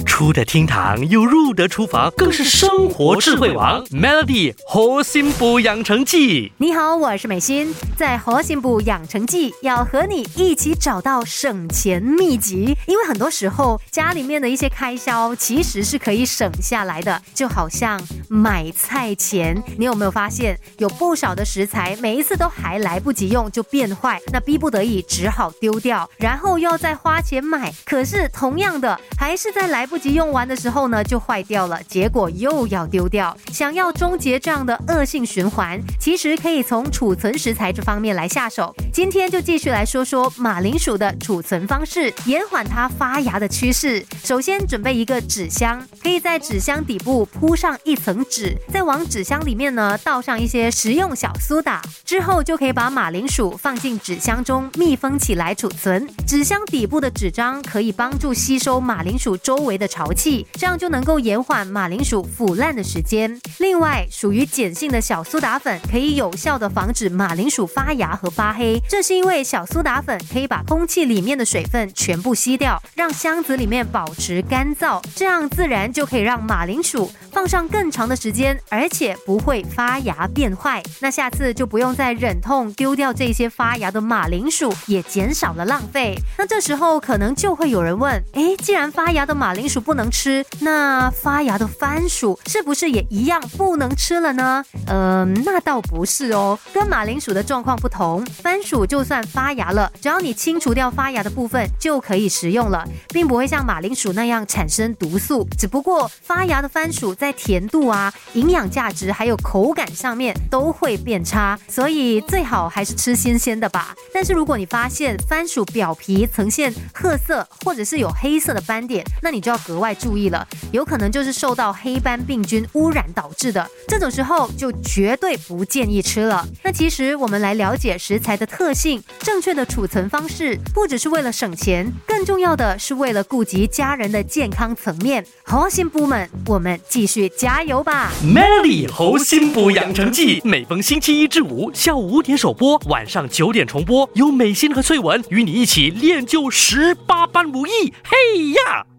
出得厅堂又入得厨房，更是生活智慧王。Melody 活心补养成记。 你好，我是美心，在活心补养成记要和你一起找到省钱秘籍。因为很多时候家里面的一些开销其实是可以省下来的，就好像买菜前，你有没有发现有不少的食材每一次都还来不及用就变坏，那逼不得已只好丢掉，然后又要再花钱买，可是同样的还是在来不及用完的时候呢就坏掉了，结果又要丢掉。想要终结这样的恶性循环，其实可以从储存食材这方面来下手。今天就继续来说说马铃薯的储存方式，延缓它发芽的趋势。首先准备一个纸箱，可以在纸箱底部铺上一层纸，再往纸箱里面呢倒上一些食用小苏打，之后就可以把马铃薯放进纸箱中密封起来储存。纸箱底部的纸张可以帮助吸收马铃薯周围的潮气，这样就能够延缓马铃薯腐烂的时间。另外，属于碱性的小苏打粉可以有效的防止马铃薯发芽和发黑，这是因为小苏打粉可以把空气里面的水分全部吸掉，让箱子里面保持干燥，这样自然就可以让马铃薯放上更长的时间，而且不会发芽变坏。那下次就不用再忍痛丢掉这些发芽的马铃薯，也减少了浪费。那这时候可能就会有人问，既然发芽的马铃薯不能吃，那发芽的番薯是不是也一样不能吃了呢？那倒不是哦，跟马铃薯的状况不同，番薯就算发芽了，只要你清除掉发芽的部分就可以食用了，并不会像马铃薯那样产生毒素。只不过发芽的番薯在甜度啊、营养价值还有口感上面都会变差，所以最好还是吃新鲜的吧。但是如果你发现番薯表皮呈现褐色或者是有黑色的斑点，那你就要格外注意了，有可能就是受到黑斑病菌污染导致的，这种时候就绝对不建议吃了。那其实我们来了解食材的特性，正确的储存方式不只是为了省钱，更重要的是为了顾及家人的健康层面。活心补们，我们继续加油吧。 Melody 活心补养成记，每逢星期一至五下午5点首播，晚上9点重播，由美心和翠文与你一起练就18般武艺。嘿呀！